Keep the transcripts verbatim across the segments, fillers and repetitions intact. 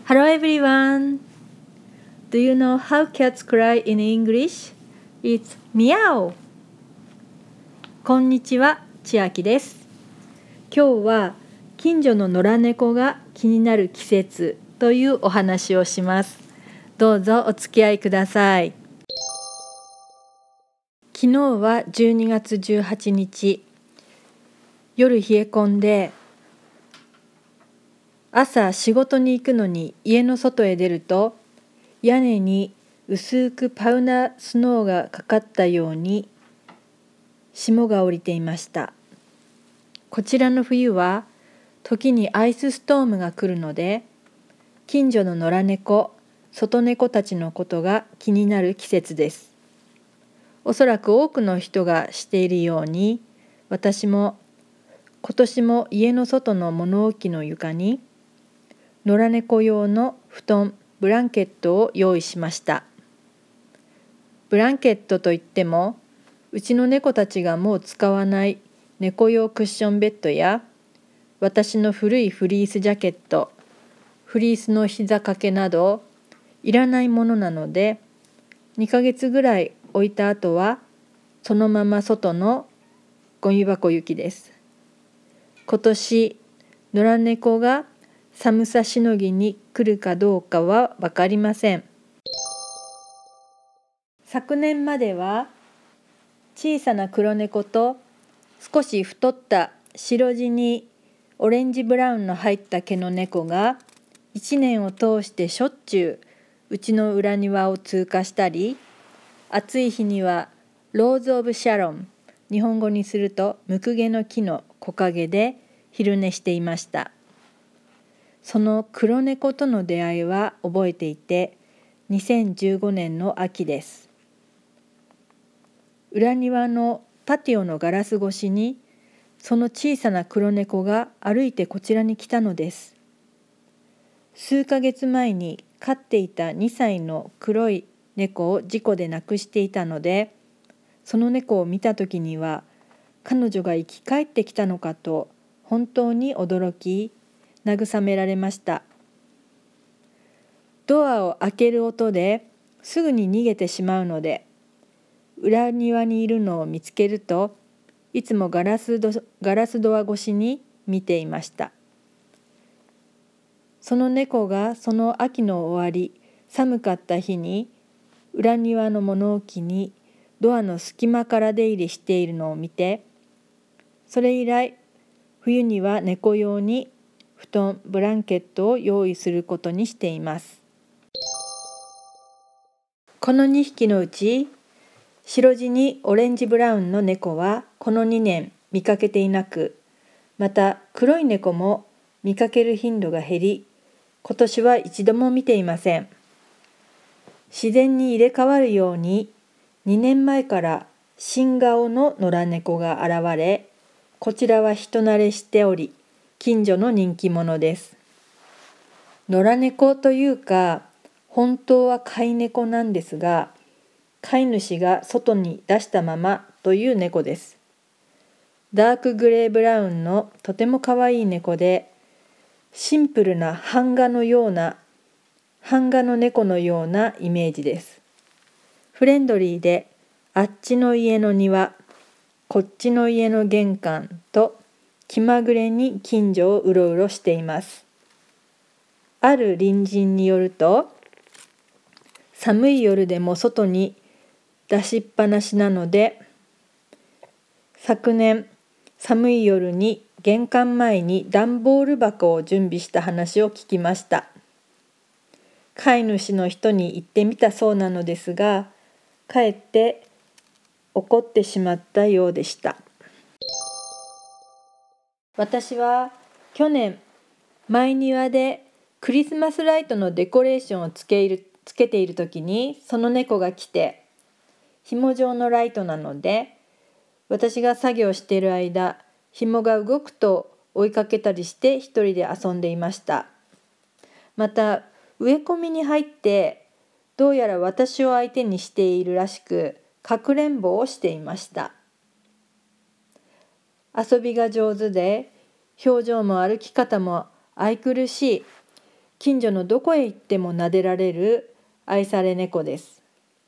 Hello everyone! Do you know how cats cry in English? It's meow! こんにちは、千秋です。今日は近所の野良猫が気になる季節というお話をします。どうぞお付き合いください。昨日はじゅうにがつじゅうはちにち、夜冷え込んで、朝仕事に行くのに家の外へ出ると屋根に薄くパウダースノーがかかったように霜が降りていました。こちらの冬は時にアイスストームが来るので、近所の野良猫、外猫たちのことが気になる季節です。おそらく多くの人がしているように、私も今年も家の外の物置の床に野良猫用の布団、ブランケットを用意しました。ブランケットといっても、うちの猫たちがもう使わない猫用クッションベッドや、私の古いフリースジャケット、フリースの膝掛けなど、いらないものなので、にかげつぐらい置いた後は、そのまま外のゴミ箱行きです。今年、野良猫が寒さしのぎに来るかどうかは分かりません。昨年までは小さな黒猫と少し太った白地にオレンジブラウンの入った毛の猫がいちねんを通してしょっちゅううちの裏庭を通過したり、暑い日にはローズ・オブ・シャロン、日本語にするとムクゲの木の木陰で昼寝していました。その黒猫との出会いは覚えていて、にせんじゅうごねんの秋です。裏庭のパティオのガラス越しに、その小さな黒猫が歩いてこちらに来たのです。数ヶ月前に飼っていたにさいの黒い猫を事故で亡くしていたので、その猫を見たときには、彼女が生き返ってきたのかと本当に驚き、慰められました。ドアを開ける音ですぐに逃げてしまうので、裏庭にいるのを見つけるといつもガラスド、ガラスドア越しに見ていました。その猫がその秋の終わり、寒かった日に裏庭の物置にドアの隙間から出入りしているのを見て、それ以来冬には猫用に布団、ブランケットを用意することにしています。このにひきのうち、白地にオレンジブラウンの猫はこのにねん見かけていなく、また黒い猫も見かける頻度が減り、今年は一度も見ていません。自然に入れ替わるように、にねんまえから新顔の野良猫が現れ、こちらは人慣れしており、近所の人気者です。野良猫というか、本当は飼い猫なんですが、飼い主が外に出したままという猫です。ダークグレーブラウンのとてもかわいい猫で、シンプルな版画のような、版画の猫のようなイメージです。フレンドリーで、あっちの家の庭、こっちの家の玄関と気まぐれに近所をうろうろしています。ある隣人によると、寒い夜でも外に出しっぱなしなので、昨年寒い夜に玄関前に段ボール箱を準備した話を聞きました。飼い主の人に言ってみたそうなのですが、かえって怒ってしまったようでした。私は去年、前庭でクリスマスライトのデコレーションをつける、つけているときに、その猫が来て、紐状のライトなので、私が作業している間、紐が動くと追いかけたりして一人で遊んでいました。また、植え込みに入って、どうやら私を相手にしているらしく、かくれんぼをしていました。遊びが上手で、表情も歩き方も愛くるしい、 近所のどこへ行っても撫でられる愛され猫です。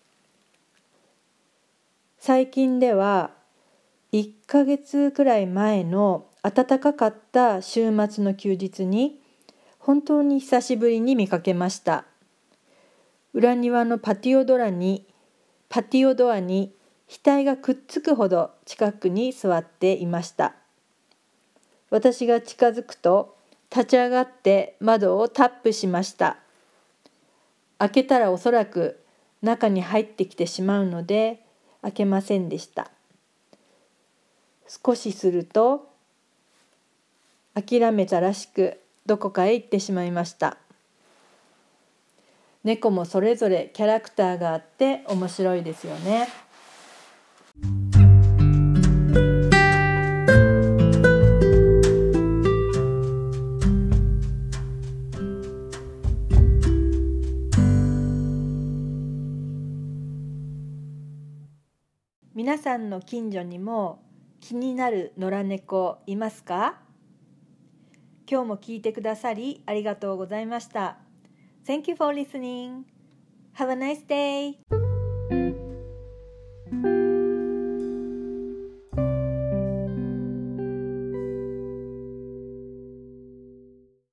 最近ではいっかげつくらい前の暖かかった週末の休日に本当に久しぶりに見かけました。裏庭のパティオドアにパティオドアに額がくっつくほど近くに座っていました。私が近づくと立ち上がって窓をタップしました。開けたらおそらく中に入ってきてしまうので開けませんでした。少しすると諦めたらしくどこかへ行ってしまいました。猫もそれぞれキャラクターがあって面白いですよね。皆さんの近所にも気になる野良猫いますか？今日も聞いてくださりありがとうございました。Thank you for listening. Have a nice day.